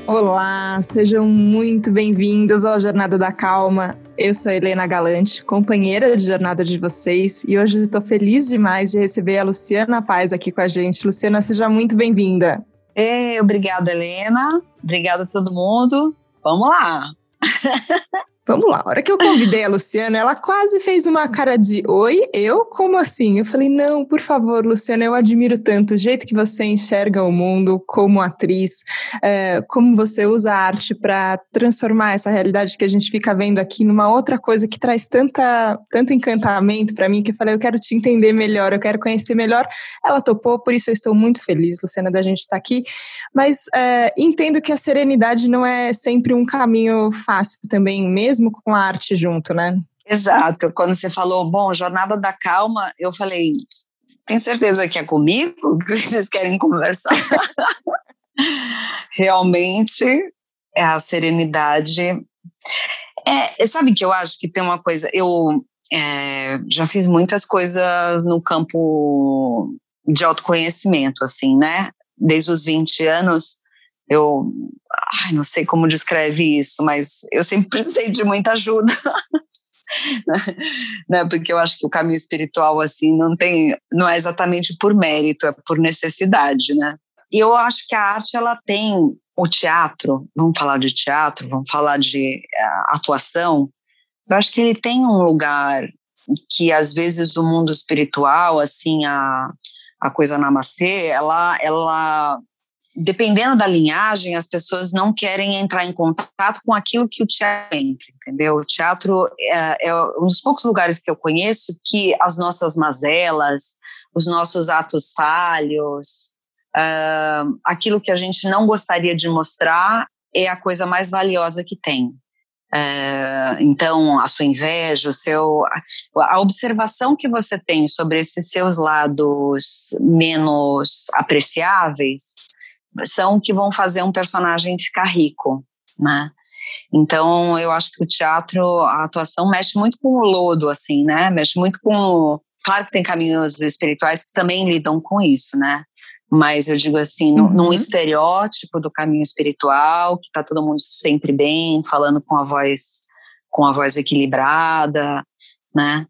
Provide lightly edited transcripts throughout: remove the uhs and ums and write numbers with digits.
Olá, sejam muito bem-vindos ao Jornada da Calma. Eu sou a Helena Galante, companheira de jornada de vocês, e hoje estou feliz demais de receber a Luciana Paz aqui com a gente. Luciana, seja muito bem-vinda. Obrigada, Helena. Obrigada a todo mundo. Vamos lá. Vamos lá, a hora que eu convidei a Luciana, ela quase fez uma cara de oi, eu? Como assim? Eu falei, não, por favor, Luciana, eu admiro tanto o jeito que você enxerga o mundo como atriz, como você usa a arte para transformar essa realidade que a gente fica vendo aqui numa outra coisa que traz tanto encantamento para mim, que eu falei, eu quero te entender melhor, eu quero conhecer melhor. Ela topou, por isso eu estou muito feliz, Luciana, da gente estar aqui, mas entendo que a serenidade não é sempre um caminho fácil também, mesmo com a arte junto, né? Exato. Quando você falou, Jornada da Calma, eu falei, tem certeza que é comigo que vocês querem conversar? Realmente, é a serenidade. Sabe que eu acho que tem uma coisa, eu já fiz muitas coisas no campo de autoconhecimento, assim, né? Desde os 20 anos, eu não sei como descreve isso, mas eu sempre precisei de muita ajuda, né? Porque eu acho que o caminho espiritual, assim, não é exatamente por mérito, é por necessidade, né? E eu acho que a arte, ela tem o teatro, vamos falar de teatro, vamos falar de atuação, eu acho que ele tem um lugar que, às vezes, o mundo espiritual, assim, a coisa namastê, ela dependendo da linhagem, as pessoas não querem entrar em contato com aquilo que o teatro entra, entendeu? O teatro é um dos poucos lugares que eu conheço que as nossas mazelas, os nossos atos falhos, aquilo que a gente não gostaria de mostrar é a coisa mais valiosa que tem. Então, a sua inveja, a observação que você tem sobre esses seus lados menos apreciáveis são que vão fazer um personagem ficar rico, né? Então, eu acho que o teatro, a atuação mexe muito com o lodo, assim, né? Mexe muito com... Claro que tem caminhos espirituais que também lidam com isso, né? Mas eu digo assim, num estereótipo do caminho espiritual, que tá todo mundo sempre bem, falando com a voz equilibrada, né?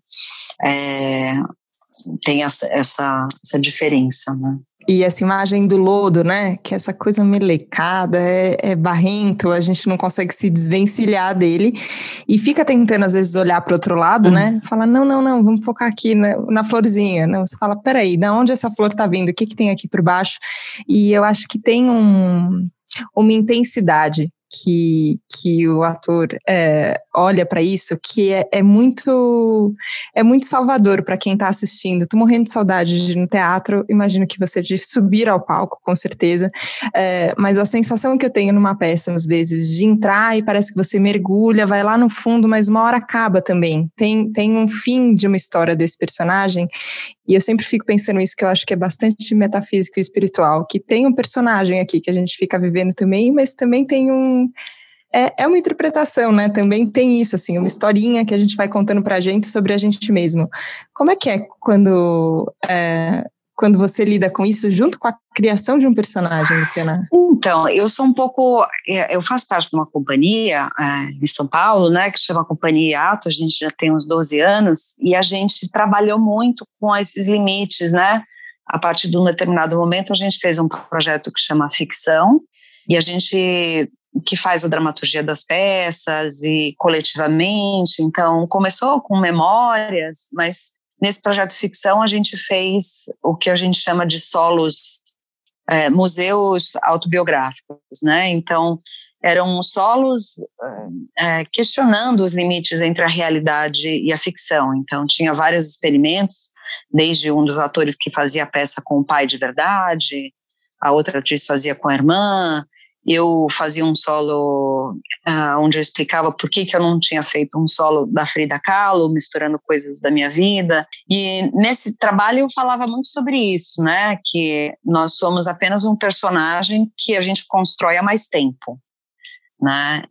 Tem essa diferença, né? E essa imagem do lodo, né? Que essa coisa melecada, é barrento, a gente não consegue se desvencilhar dele e fica tentando, às vezes, olhar para o outro lado, né? Fala, não, vamos focar aqui na florzinha. Não, você fala, peraí, de onde essa flor tá vindo? O que tem aqui por baixo? E eu acho que tem uma intensidade que o ator olha para isso, que é muito salvador para quem está assistindo. Tô morrendo de saudade de ir no teatro, imagino que você de subir ao palco, com certeza, mas a sensação que eu tenho numa peça, às vezes, de entrar e parece que você mergulha, vai lá no fundo, mas uma hora acaba também. Tem um fim de uma história desse personagem, e eu sempre fico pensando isso, que eu acho que é bastante metafísico e espiritual, que tem um personagem aqui que a gente fica vivendo também, mas também tem uma interpretação, né? Também tem isso, assim, uma historinha que a gente vai contando pra gente sobre a gente mesmo. Como é que é quando você lida com isso junto com a criação de um personagem, Luciana? Então, eu sou um pouco... Eu faço parte de uma companhia em São Paulo, né, que chama Companhia Ato, a gente já tem uns 12 anos, e a gente trabalhou muito com esses limites, né? A partir de um determinado momento, a gente fez um projeto que chama Ficção, e a gente que faz a dramaturgia das peças e coletivamente, então começou com memórias, mas nesse projeto Ficção a gente fez o que a gente chama de solos, museus autobiográficos, né? Então eram solos questionando os limites entre a realidade e a ficção. Então tinha vários experimentos, desde um dos atores que fazia a peça com o pai de verdade, a outra atriz fazia com a irmã. Eu fazia um solo onde eu explicava por que eu não tinha feito um solo da Frida Kahlo, misturando coisas da minha vida. E nesse trabalho eu falava muito sobre isso, né? Que nós somos apenas um personagem que a gente constrói há mais tempo, né?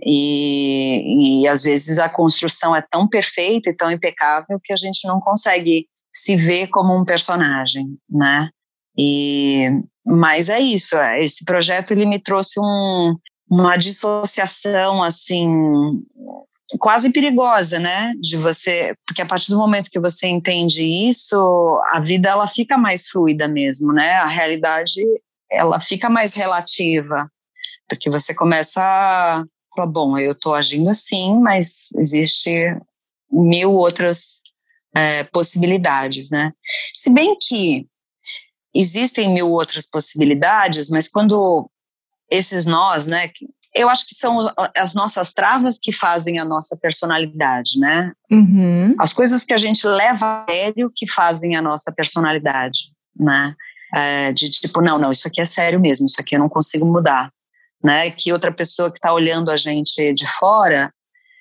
E às vezes a construção é tão perfeita e tão impecável que a gente não consegue se ver como um personagem, né? Mas é isso, esse projeto ele me trouxe uma dissociação, assim, quase perigosa, né, de você, porque a partir do momento que você entende isso, a vida, ela fica mais fluida mesmo, né, a realidade, ela fica mais relativa, porque você começa a falar, bom, eu estou agindo assim, mas existe 1000 outras possibilidades, né, se bem que existem 1000 outras possibilidades, mas quando esses nós, né, eu acho que são as nossas travas que fazem a nossa personalidade, né? Uhum. As coisas que a gente leva a sério que fazem a nossa personalidade, né? De tipo, não, isso aqui é sério mesmo, isso aqui eu não consigo mudar, né? Que outra pessoa que está olhando a gente de fora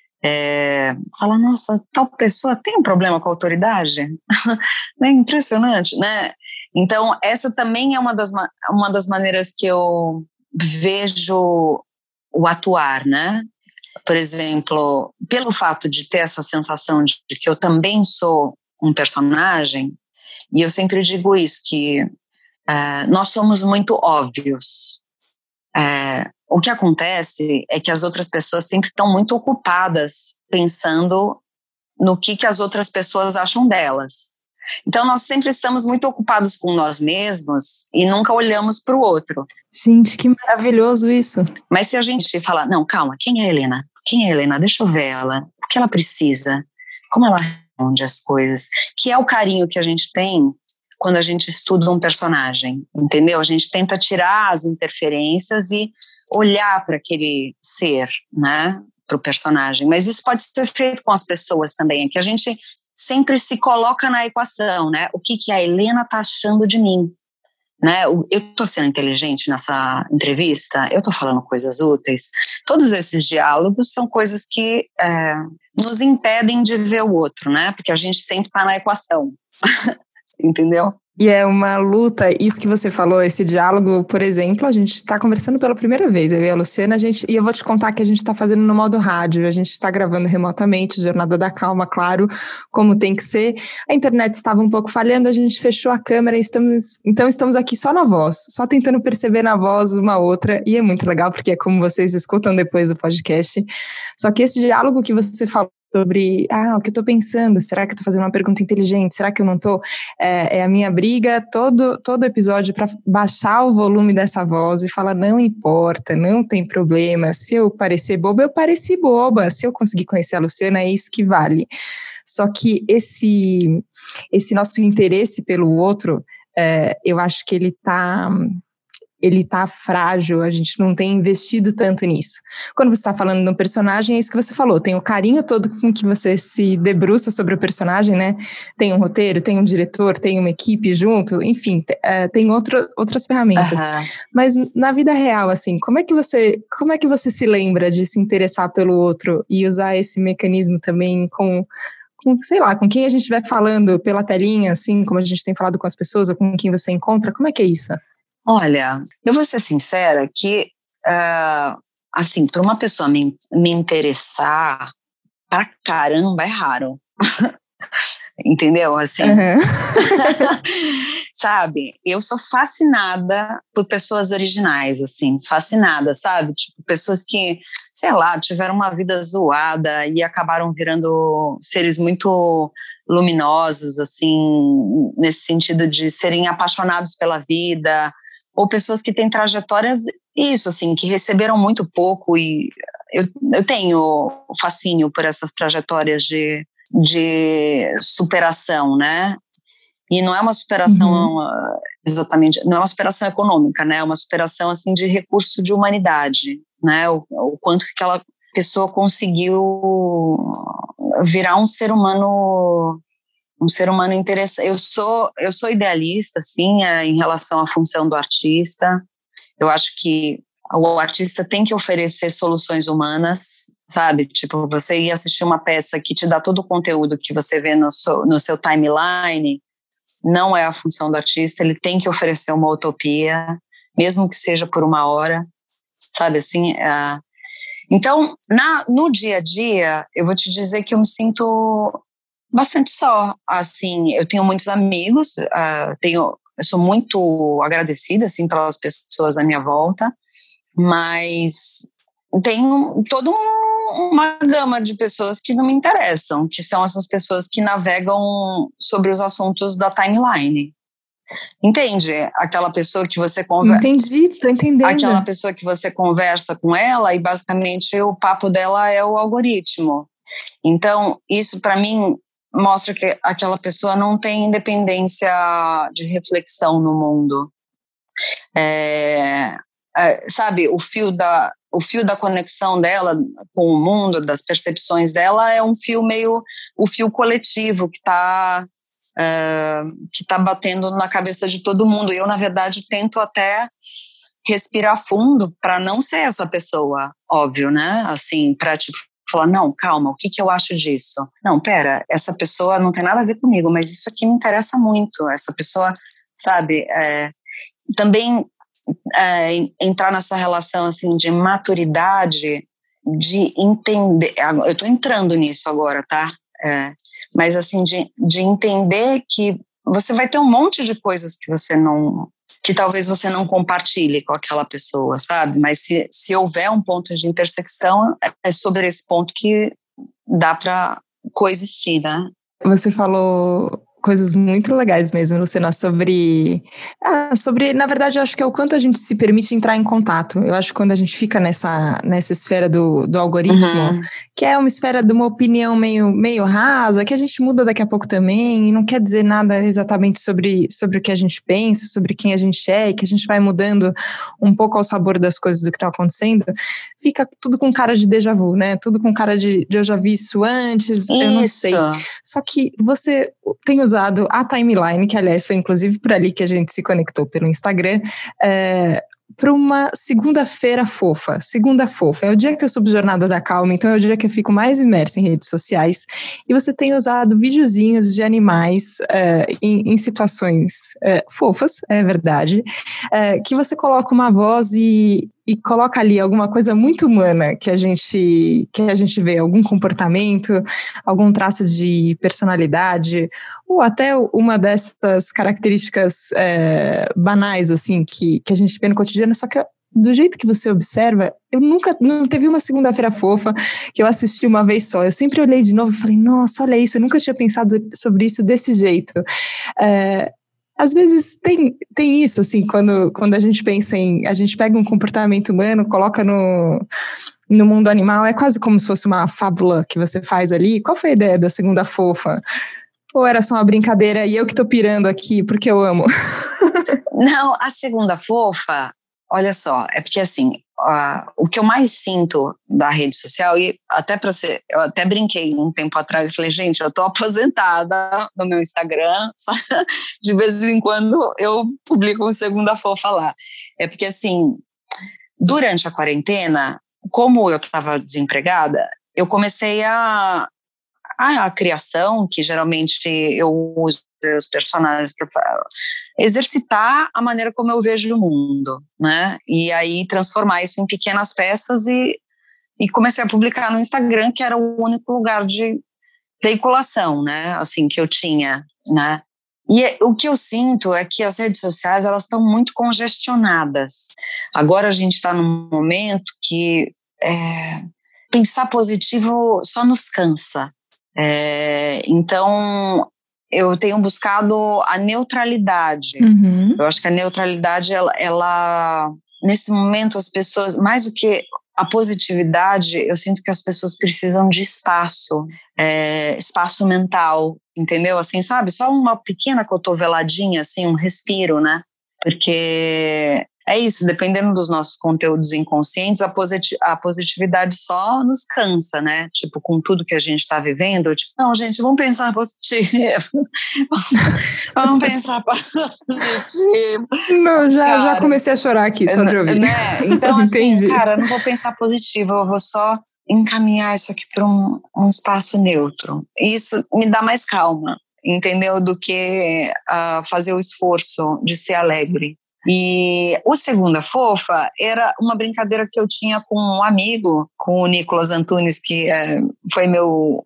fala, nossa, tal pessoa tem um problema com a autoridade? É impressionante, né? Então, essa também é uma das maneiras que eu vejo o atuar, né? Por exemplo, pelo fato de ter essa sensação de que eu também sou um personagem, e eu sempre digo isso, que nós somos muito óbvios. O que acontece é que as outras pessoas sempre estão muito ocupadas pensando no que as outras pessoas acham delas. Então, nós sempre estamos muito ocupados com nós mesmos e nunca olhamos para o outro. Gente, que maravilhoso isso. Mas se a gente falar, não, calma, quem é a Helena? Quem é a Helena? Deixa eu ver ela. O que ela precisa? Como ela responde as coisas? Que é o carinho que a gente tem quando a gente estuda um personagem, entendeu? A gente tenta tirar as interferências e olhar para aquele ser, né? Para o personagem. Mas isso pode ser feito com as pessoas também, é que a gente sempre se coloca na equação, né? O que a Helena está achando de mim? Né? Eu estou sendo inteligente nessa entrevista? Eu estou falando coisas úteis? Todos esses diálogos são coisas que nos impedem de ver o outro, né? Porque a gente sempre está na equação, entendeu? E é uma luta, isso que você falou, esse diálogo, por exemplo, a gente está conversando pela primeira vez, eu e a Luciana, e eu vou te contar que a gente está fazendo no modo rádio, a gente está gravando remotamente, Jornada da Calma, claro, como tem que ser. A internet estava um pouco falhando, a gente fechou a câmera, então estamos aqui só na voz, só tentando perceber na voz uma outra, e é muito legal, porque é como vocês escutam depois do podcast. Só que esse diálogo que você falou, sobre, o que eu tô pensando, será que eu tô fazendo uma pergunta inteligente, será que eu não tô? É a minha briga, todo episódio para baixar o volume dessa voz e falar, não importa, não tem problema, se eu parecer boba, eu pareci boba, se eu conseguir conhecer a Luciana, é isso que vale. Só que esse nosso interesse pelo outro, eu acho que ele tá frágil, a gente não tem investido tanto nisso. Quando você está falando de um personagem, é isso que você falou, tem o carinho todo com que você se debruça sobre o personagem, né? Tem um roteiro, tem um diretor, tem uma equipe junto, enfim, tem outras ferramentas. Uhum. Mas na vida real, assim, como é que você se lembra de se interessar pelo outro e usar esse mecanismo também sei lá, com quem a gente estiver falando pela telinha, assim, como a gente tem falado com as pessoas, ou com quem você encontra, como é que é isso? Olha, eu vou ser sincera que, assim, para uma pessoa me interessar pra caramba é raro. Entendeu? Assim, sabe? Eu sou fascinada por pessoas originais, assim, fascinada, sabe? Tipo, pessoas que, sei lá, tiveram uma vida zoada e acabaram virando seres muito luminosos, assim, nesse sentido de serem apaixonados pela vida, ou pessoas que têm trajetórias, isso, assim, que receberam muito pouco, e eu tenho fascínio por essas trajetórias de superação, né? E não é uma superação exatamente, não é uma superação econômica, né? É uma superação, assim, de recurso de humanidade, né? O quanto que aquela pessoa conseguiu virar um ser humano interessante. Eu sou idealista, assim, em relação à função do artista. Eu acho que o artista tem que oferecer soluções humanas, sabe? Tipo, você ir assistir uma peça que te dá todo o conteúdo que você vê no seu timeline, não é a função do artista, ele tem que oferecer uma utopia, mesmo que seja por 1 hora, sabe assim? Então, no dia a dia, eu vou te dizer que eu me sinto bastante só, assim, eu tenho muitos amigos, eu sou muito agradecida, assim, pelas pessoas à minha volta, mas tem toda uma gama de pessoas que não me interessam, que são essas pessoas que navegam sobre os assuntos da timeline. Entende? Aquela pessoa que você conversa. Entendi, tô entendendo. Aquela pessoa que você conversa com ela e basicamente o papo dela é o algoritmo. Então, isso para mim mostra que aquela pessoa não tem independência de reflexão no mundo. Sabe, o fio da conexão dela com o mundo, das percepções dela, é um fio meio o fio coletivo que está batendo na cabeça de todo mundo. E eu, na verdade, tento até respirar fundo para não ser essa pessoa, óbvio, né? Assim, para tipo falar, não, calma, o que eu acho disso? Não, pera, essa pessoa não tem nada a ver comigo, mas isso aqui me interessa muito. Essa pessoa, sabe, também entrar nessa relação assim de maturidade, de entender. Eu estou entrando nisso agora, tá? Mas assim de entender que você vai ter um monte de coisas que talvez você não compartilhe com aquela pessoa, sabe? Mas se houver um ponto de intersecção, é sobre esse ponto que dá para coexistir, né? Você falou coisas muito legais mesmo, Luciana, sobre, na verdade, eu acho que é o quanto a gente se permite entrar em contato. Eu acho que quando a gente fica nessa esfera do algoritmo, que é uma esfera de uma opinião meio rasa, que a gente muda daqui a pouco também, e não quer dizer nada exatamente sobre o que a gente pensa, sobre quem a gente é, e que a gente vai mudando um pouco ao sabor das coisas do que está acontecendo, fica tudo com cara de déjà vu, né? Tudo com cara de eu já vi isso antes, eu não sei. Só que você tem usado a timeline, que aliás foi inclusive por ali que a gente se conectou pelo Instagram, para uma segunda-feira fofa. Segunda fofa. É o dia que eu subo Jornada da Calma, então é o dia que eu fico mais imersa em redes sociais. E você tem usado videozinhos de animais em situações fofas, é verdade, que você coloca uma voz e coloca ali alguma coisa muito humana que a gente vê, algum comportamento, algum traço de personalidade, ou até uma dessas características banais, assim, que a gente vê no cotidiano, só que do jeito que você observa, não teve uma segunda-feira fofa que eu assisti uma vez só. Eu sempre olhei de novo e falei, nossa, olha isso, eu nunca tinha pensado sobre isso desse jeito. Às vezes tem isso, assim, quando a gente pensa a gente pega um comportamento humano, coloca no mundo animal, é quase como se fosse uma fábula que você faz ali. Qual foi a ideia da segunda fofa? Ou era só uma brincadeira e eu que tô pirando aqui porque eu amo? Não, a segunda fofa, olha só, é porque assim, o que eu mais sinto da rede social, e até eu até brinquei um tempo atrás e falei, gente, eu tô aposentada no meu Instagram, só de vez em quando eu publico um segunda fofa lá. É porque assim, durante a quarentena, como eu estava desempregada, eu comecei a criação, que geralmente eu uso os personagens para exercitar a maneira como eu vejo o mundo, né? E aí transformar isso em pequenas peças e comecei a publicar no Instagram, que era o único lugar de veiculação, né? Assim, que eu tinha, né? E o que eu sinto é que as redes sociais, elas estão muito congestionadas. Agora a gente está num momento que pensar positivo só nos cansa. Então, eu tenho buscado a neutralidade. Eu acho que a neutralidade, ela nesse momento, as pessoas, mais do que a positividade, eu sinto que as pessoas precisam de espaço, espaço mental, entendeu? Assim, sabe? Só uma pequena cotoveladinha, assim, um respiro, né? Porque é isso, dependendo dos nossos conteúdos inconscientes, a positividade só nos cansa, né? Tipo, com tudo que a gente está vivendo, tipo, não, gente, vamos pensar positivo. Vamos pensar positivo. Não, já comecei a chorar aqui, só de ouvir. Né? Então, assim, cara, eu não vou pensar positivo, eu vou só encaminhar isso aqui para um espaço neutro. Isso me dá mais calma, entendeu? Do que fazer o esforço de ser alegre. E o Segunda Fofa era uma brincadeira que eu tinha com um amigo, com o Nicolas Antunes, que foi meu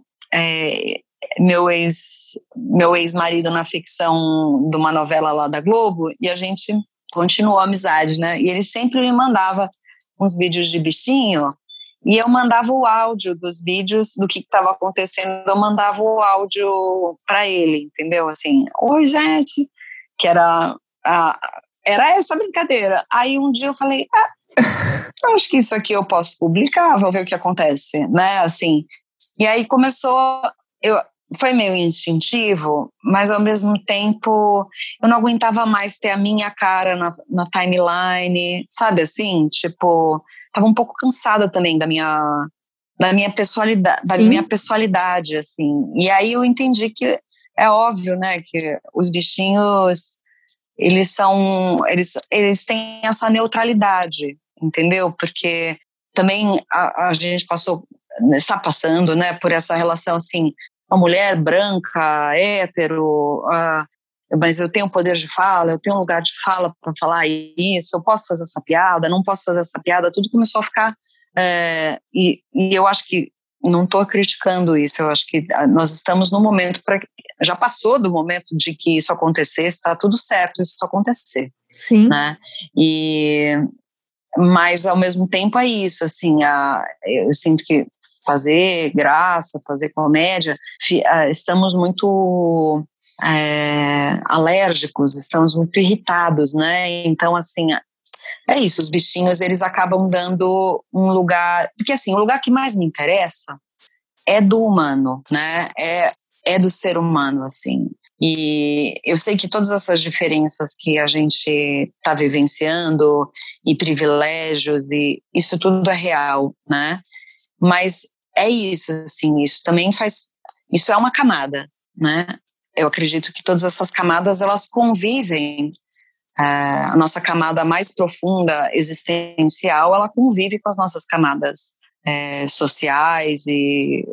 ex-marido na ficção de uma novela lá da Globo, e a gente continuou a amizade, né? E ele sempre me mandava uns vídeos de bichinho, E eu mandava o áudio dos vídeos do que estava acontecendo, eu mandava o áudio para ele, entendeu? Assim, oi, gente, que era essa brincadeira. Aí um dia eu falei, eu acho que isso aqui eu posso publicar, vou ver o que acontece, né? Assim, e aí começou, foi meio instintivo, mas ao mesmo tempo eu não aguentava mais ter a minha cara na timeline, sabe assim? Tipo, tava um pouco cansada também da minha pessoalidade, assim. E aí eu entendi que é óbvio, né, que os bichinhos, eles têm essa neutralidade, entendeu? Porque também a gente está passando, né, por essa relação, assim, uma mulher branca, hétero, mas eu tenho poder de fala, eu tenho um lugar de fala para falar isso, eu posso fazer essa piada, não posso fazer essa piada, tudo começou a ficar, e eu acho que, não estou criticando isso, eu acho que nós estamos no momento, já passou do momento de que isso acontecesse, está tudo certo isso acontecer. Sim. Né? Mas ao mesmo tempo é isso, assim, eu sinto que fazer graça, fazer comédia, estamos muito alérgicos, estamos muito irritados, né? Então, assim, é isso, os bichinhos, eles acabam dando um lugar, porque assim, o lugar que mais me interessa é do humano, né? É do ser humano, assim. E eu sei que todas essas diferenças que a gente está vivenciando e privilégios, e isso tudo é real, né? Mas é isso, assim, isso é uma camada, né? Eu acredito que todas essas camadas, elas convivem, a nossa camada mais profunda, existencial, ela convive com as nossas camadas sociais e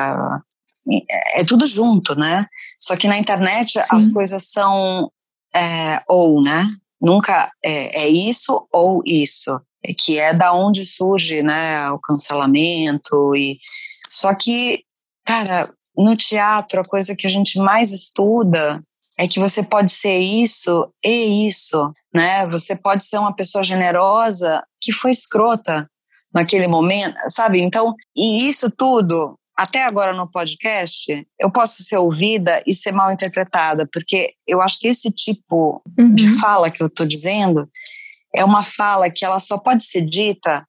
é tudo junto, né? Só que na internet Sim. As coisas são ou, né? Nunca é isso ou isso, que é da onde surge, né, o cancelamento. Só que, cara, no teatro, a coisa que a gente mais estuda é que você pode ser isso e isso, né? Você pode ser uma pessoa generosa que foi escrota naquele momento, sabe? Então, e isso tudo, até agora no podcast, eu posso ser ouvida e ser mal interpretada, porque eu acho que esse tipo de fala que eu estou dizendo é uma fala que ela só pode ser dita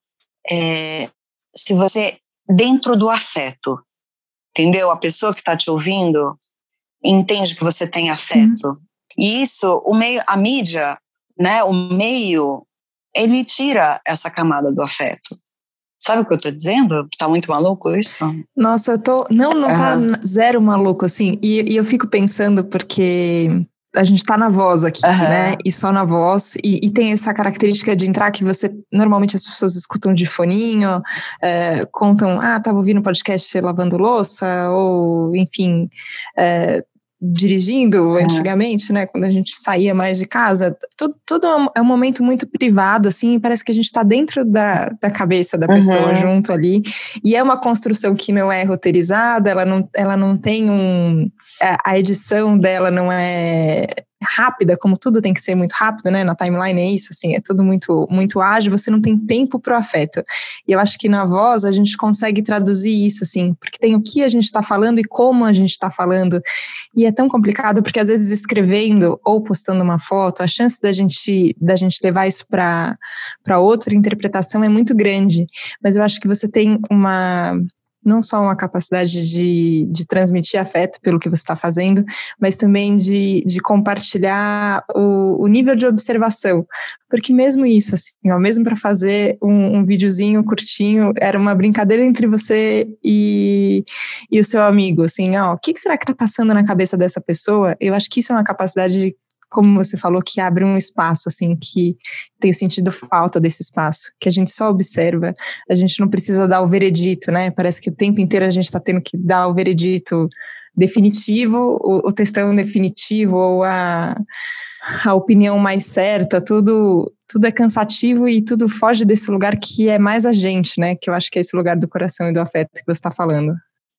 se você, dentro do afeto, entendeu? A pessoa que está te ouvindo entende que você tem afeto. E isso, a mídia, né, o meio, ele tira essa camada do afeto. Sabe o que eu tô dizendo? Tá muito maluco isso? Nossa, eu tô... Não tá zero maluco, assim. E eu fico pensando porque a gente tá na voz aqui, né? E só na voz. E tem essa característica de entrar que você... Normalmente as pessoas escutam de foninho, contam, tava ouvindo podcast lavando louça, ou, enfim... dirigindo antigamente, né, quando a gente saía mais de casa, tudo é um momento muito privado, assim, parece que a gente está dentro da cabeça da pessoa, junto ali, e é uma construção que não é roteirizada, ela não tem a edição dela não é rápida, como tudo tem que ser muito rápido, né, na timeline é isso, assim, é tudo muito, muito ágil, você não tem tempo pro afeto, e eu acho que na voz a gente consegue traduzir isso, assim, porque tem o que a gente está falando e como a gente está falando, e é tão complicado, porque às vezes escrevendo ou postando uma foto, a chance da gente levar isso para outra interpretação é muito grande, mas eu acho que você tem não só uma capacidade de transmitir afeto pelo que você está fazendo, mas também de compartilhar o nível de observação. Porque mesmo isso, assim, mesmo para fazer um videozinho curtinho, era uma brincadeira entre você e o seu amigo, assim, o que será que está passando na cabeça dessa pessoa? Eu acho que isso é uma capacidade, como você falou, que abre um espaço, assim, que tem sentido falta desse espaço, que a gente só observa, a gente não precisa dar o veredito, né? Parece que o tempo inteiro a gente está tendo que dar o veredito definitivo, o textão definitivo, ou a opinião mais certa, tudo é cansativo e tudo foge desse lugar que é mais a gente, né? Que eu acho que é esse lugar do coração e do afeto que você está falando.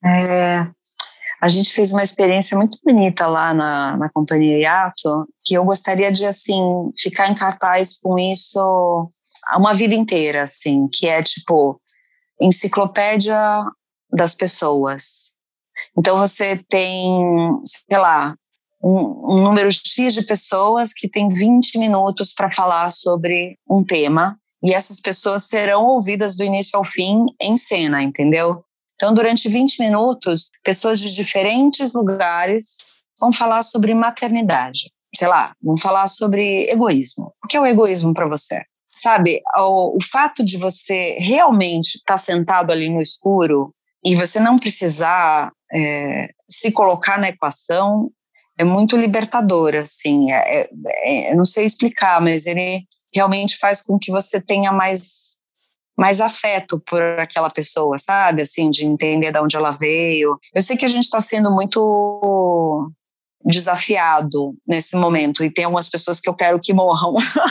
A gente fez uma experiência muito bonita lá na Companhia Hiato, que eu gostaria de, assim, ficar em cartaz com isso uma vida inteira, assim, que é tipo, enciclopédia das pessoas. Então você tem, sei lá, um número X de pessoas que tem 20 minutos para falar sobre um tema, e essas pessoas serão ouvidas do início ao fim em cena, entendeu? Então, durante 20 minutos, pessoas de diferentes lugares vão falar sobre maternidade. Sei lá, vão falar sobre egoísmo. O que é o egoísmo para você? Sabe, o fato de você realmente estar sentado ali no escuro e você não precisar se colocar na equação é muito libertador, assim. Eu não sei explicar, mas ele realmente faz com que você tenha mais afeto por aquela pessoa, sabe? Assim, de entender de onde ela veio. Eu sei que a gente está sendo muito desafiado nesse momento, e tem algumas pessoas que eu quero que morram.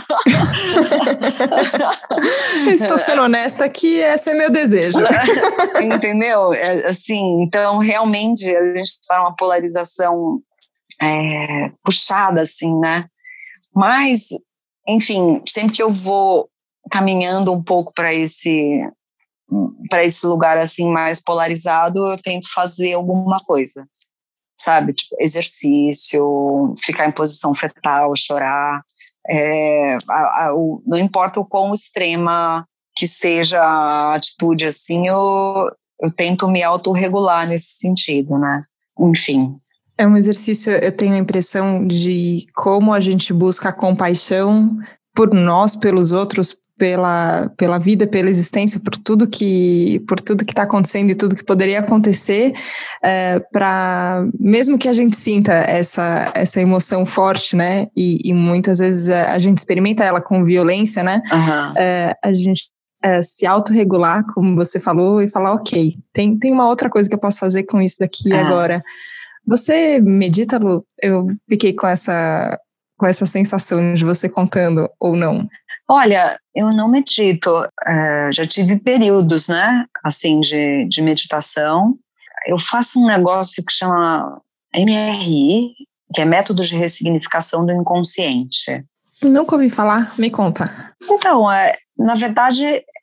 Eu estou sendo honesta que esse é meu desejo. Entendeu? Assim, então, realmente, a gente está numa polarização puxada, assim, né? Mas, enfim, sempre que eu vou caminhando um pouco para esse lugar assim mais polarizado, eu tento fazer alguma coisa, sabe? Tipo, exercício, ficar em posição fetal, chorar. Não importa o quão extrema que seja a atitude, assim, eu tento me autorregular nesse sentido, né? Enfim. É um exercício, eu tenho a impressão de como a gente busca a compaixão por nós, pelos outros, pela vida, pela existência, por tudo que está acontecendo e tudo que poderia acontecer, para mesmo que a gente sinta essa emoção forte, né, e muitas vezes a gente experimenta ela com violência, né, a gente se autorregular, como você falou, e falar, ok, tem uma outra coisa que eu posso fazer com isso daqui agora. Você medita, Lu? Eu fiquei com essa sensação de você contando, ou não? Olha, eu não medito, já tive períodos, né, assim, de meditação. Eu faço um negócio que chama MRI, que é Método de Ressignificação do Inconsciente. Nunca ouvi falar, me conta. Então, na verdade,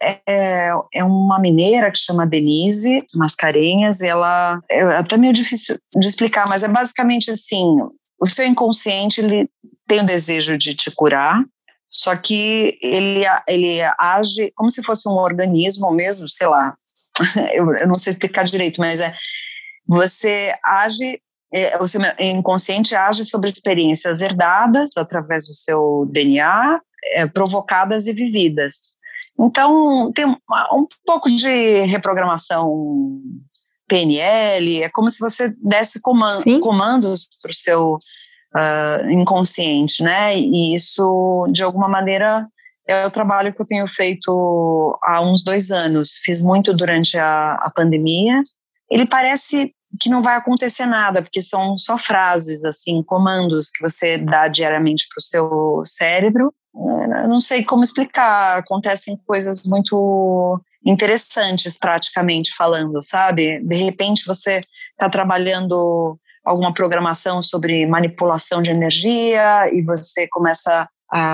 é uma mineira que chama Denise Mascarenhas, e ela, é até meio difícil de explicar, mas é basicamente assim, o seu inconsciente, ele tem o desejo de te curar, só que ele age como se fosse um organismo mesmo, sei lá, eu não sei explicar direito, mas você age, o seu inconsciente age sobre experiências herdadas através do seu DNA, provocadas e vividas. Então, tem um pouco de reprogramação PNL, é como se você desse comandos para o seu inconsciente, né? E isso, de alguma maneira, é o trabalho que eu tenho feito há uns 2 anos. Fiz muito durante a pandemia. Ele parece que não vai acontecer nada, porque são só frases, assim, comandos que você dá diariamente para o seu cérebro. Eu não sei como explicar, acontecem coisas muito interessantes, praticamente falando, sabe? De repente você está trabalhando alguma programação sobre manipulação de energia e você começa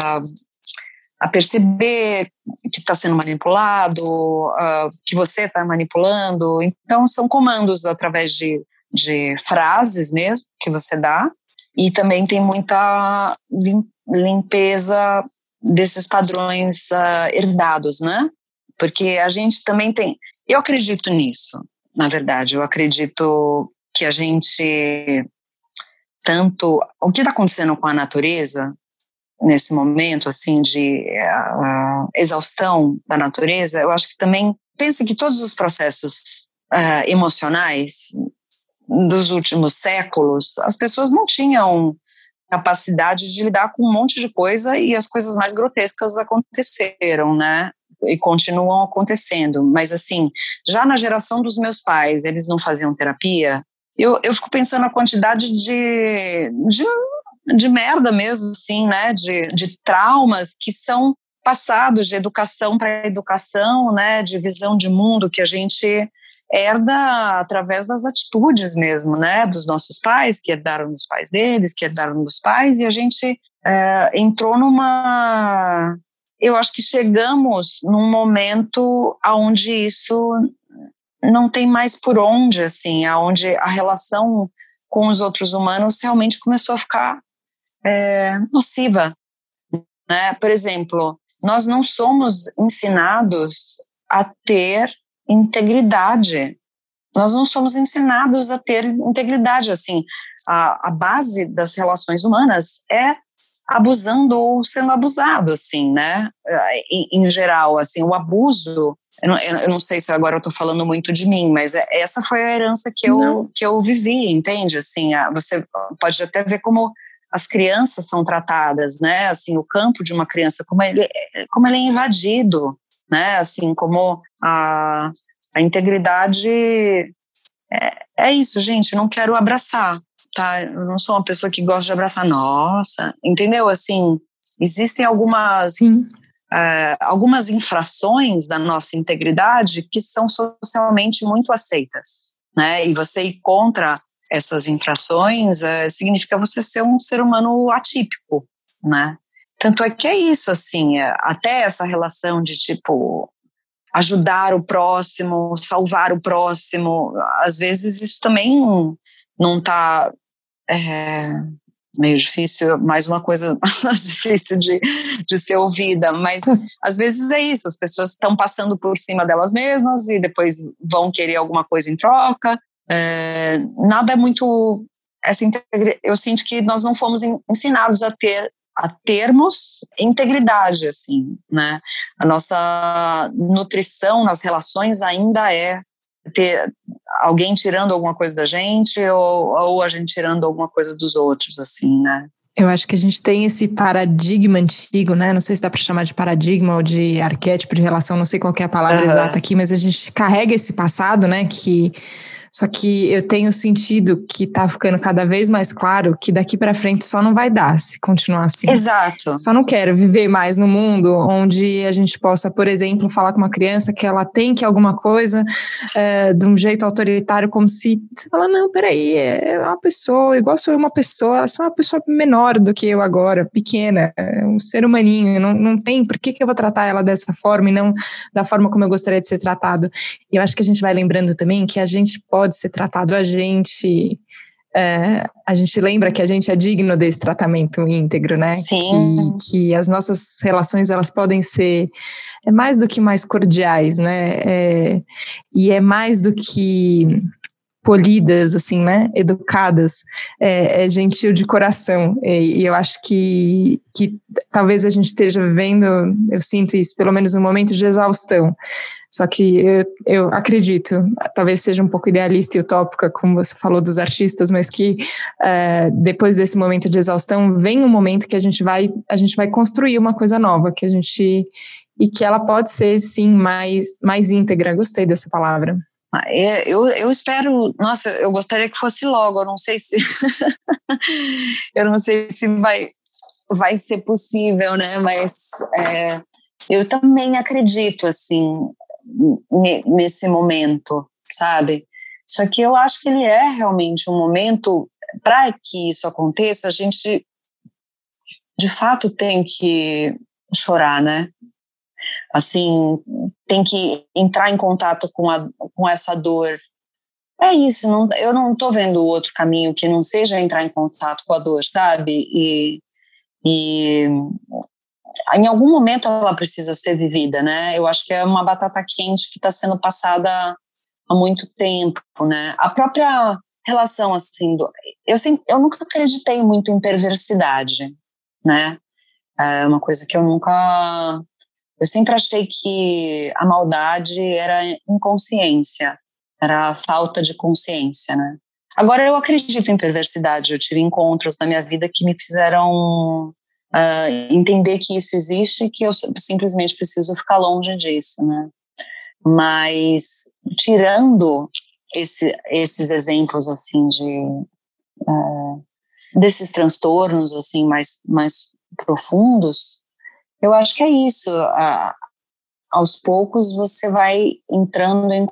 a perceber que está sendo manipulado, que você está manipulando. Então, são comandos através de frases mesmo que você dá, e também tem muita limpeza desses padrões herdados, né? Porque a gente também tem... Eu acredito nisso, na verdade. Eu acredito que a gente... Tanto... O que está acontecendo com a natureza nesse momento, assim, de exaustão da natureza, eu acho que também... Pensa que todos os processos emocionais dos últimos séculos, as pessoas não tinham capacidade de lidar com um monte de coisa, e as coisas mais grotescas aconteceram, né? E continuam acontecendo. Mas, assim, já na geração dos meus pais, eles não faziam terapia. Eu fico pensando na quantidade de merda mesmo, assim, né? De traumas que são passados de educação para educação, né? De visão de mundo que a gente herda através das atitudes mesmo, né? Dos nossos pais, que herdaram dos pais deles, que herdaram dos pais, e a gente entrou eu acho que chegamos num momento onde isso não tem mais por onde, assim, onde a relação com os outros humanos realmente começou a ficar nociva, né? Por exemplo, nós não somos ensinados a ter integridade. Nós não somos ensinados a ter integridade, assim. A base das relações humanas é abusando ou sendo abusado, assim, né? Em geral, assim, o abuso, eu não sei se agora eu estou falando muito de mim, mas essa foi a herança que eu vivi, entende? Assim, você pode até ver como as crianças são tratadas, né? Assim, o campo de uma criança, como ele é invadido, né? Assim, como a integridade é isso, gente, eu não quero abraçar, tá? Eu não sou uma pessoa que gosta de abraçar, nossa, entendeu? Assim, existem algumas infrações da nossa integridade que são socialmente muito aceitas, né? E você ir contra essas infrações significa você ser um ser humano atípico, né? Tanto é que é isso, assim, até essa relação de, tipo, ajudar o próximo, salvar o próximo, às vezes isso também não está meio difícil, mais uma coisa difícil de ser ouvida, mas às vezes é isso, as pessoas estão passando por cima delas mesmas e depois vão querer alguma coisa em troca, nada é muito, eu sinto que nós não fomos ensinados a termos integridade, assim, né? A nossa nutrição nas relações ainda é ter alguém tirando alguma coisa da gente ou a gente tirando alguma coisa dos outros, assim, né? Eu acho que a gente tem esse paradigma antigo, né? Não sei se dá para chamar de paradigma ou de arquétipo de relação, não sei qual que é a palavra exata aqui, mas a gente carrega esse passado, né? Só que eu tenho sentido que tá ficando cada vez mais claro que daqui para frente só não vai dar se continuar assim. Exato. Só não quero viver mais num mundo onde a gente possa, por exemplo, falar com uma criança que ela tem que alguma coisa de um jeito autoritário, como se você fala, não, peraí, é uma pessoa, igual sou eu uma pessoa, ela é uma pessoa menor do que eu agora, pequena, um ser humaninho, não tem, por que eu vou tratar ela dessa forma e não da forma como eu gostaria de ser tratado? E eu acho que a gente vai lembrando também que a gente pode ser tratado, a gente lembra que a gente é digno desse tratamento íntegro, né? Sim. Que as nossas relações, elas podem ser mais do que mais cordiais, né? E é mais do que polidas, assim, né? Educadas, é gentil de coração. E eu acho que talvez a gente esteja vivendo, eu sinto isso, pelo menos um momento de exaustão. Só que eu acredito, talvez seja um pouco idealista e utópica, como você falou dos artistas, mas que depois desse momento de exaustão, vem um momento que a gente vai construir uma coisa nova, e que ela pode ser, sim, mais íntegra. Gostei dessa palavra. Eu espero, nossa, eu gostaria que fosse logo, eu não sei se vai ser possível, né, mas eu também acredito, assim, nesse momento, sabe, só que eu acho que ele é realmente um momento, para que isso aconteça, a gente de fato tem que chorar, né, assim, tem que entrar em contato com essa dor. É isso, eu não estou vendo outro caminho que não seja entrar em contato com a dor, sabe? E em algum momento ela precisa ser vivida, né? Eu acho que é uma batata quente que está sendo passada há muito tempo, né? A própria relação, assim, eu nunca acreditei muito em perversidade, né? É uma coisa que eu sempre achei que a maldade era inconsciência, era falta de consciência, né? Agora eu acredito em perversidade, eu tive encontros na minha vida que me fizeram entender que isso existe e que eu simplesmente preciso ficar longe disso, né? Mas tirando esses exemplos assim desses transtornos assim mais profundos, eu acho que é isso. Aos poucos você vai entrando em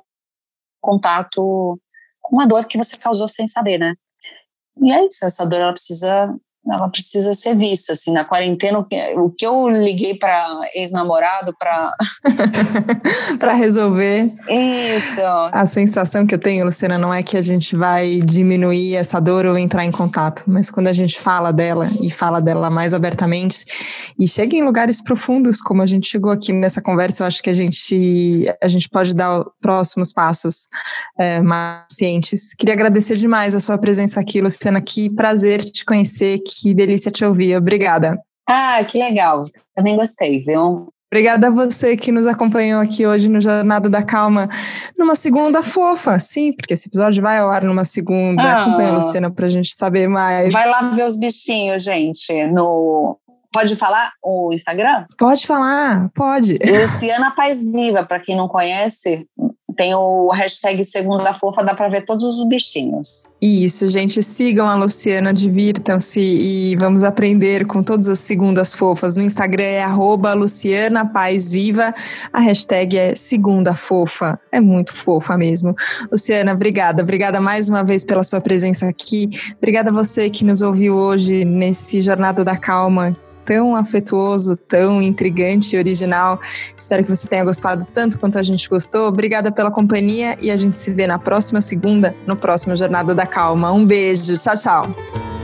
contato com uma dor que você causou sem saber, né? E é isso, essa dor ela precisa ela precisa ser vista, assim, na quarentena, o que eu liguei para ex-namorado para... para resolver. Isso. A sensação que eu tenho, Luciana, não é que a gente vai diminuir essa dor ou entrar em contato, mas quando a gente fala dela e fala dela mais abertamente e chega em lugares profundos, como a gente chegou aqui nessa conversa, eu acho que a gente pode dar próximos passos mais conscientes. Queria agradecer demais a sua presença aqui, Luciana, que prazer te conhecer, que delícia te ouvir. Obrigada. Ah, que legal. Também gostei, viu? Obrigada a você que nos acompanhou aqui hoje no Jornada da Calma, numa segunda fofa, sim, porque esse episódio vai ao ar numa segunda. Acompanha a Luciana pra gente saber mais. Vai lá ver os bichinhos, gente, Pode falar o Instagram? Pode falar, pode. Luciana Paz Viva, para quem não conhece, tem o hashtag Segunda Fofa, dá para ver todos os bichinhos. Isso, gente, sigam a Luciana, divirtam-se e vamos aprender com todas as segundas fofas. No Instagram é @Luciana Paz Viva, a hashtag é Segunda Fofa, é muito fofa mesmo. Luciana, obrigada mais uma vez pela sua presença aqui, obrigada a você que nos ouviu hoje nesse Jornada da Calma, tão afetuoso, tão intrigante e original. Espero que você tenha gostado tanto quanto a gente gostou. Obrigada pela companhia e a gente se vê na próxima segunda, no próximo Jornada da Calma. Um beijo, tchau, tchau.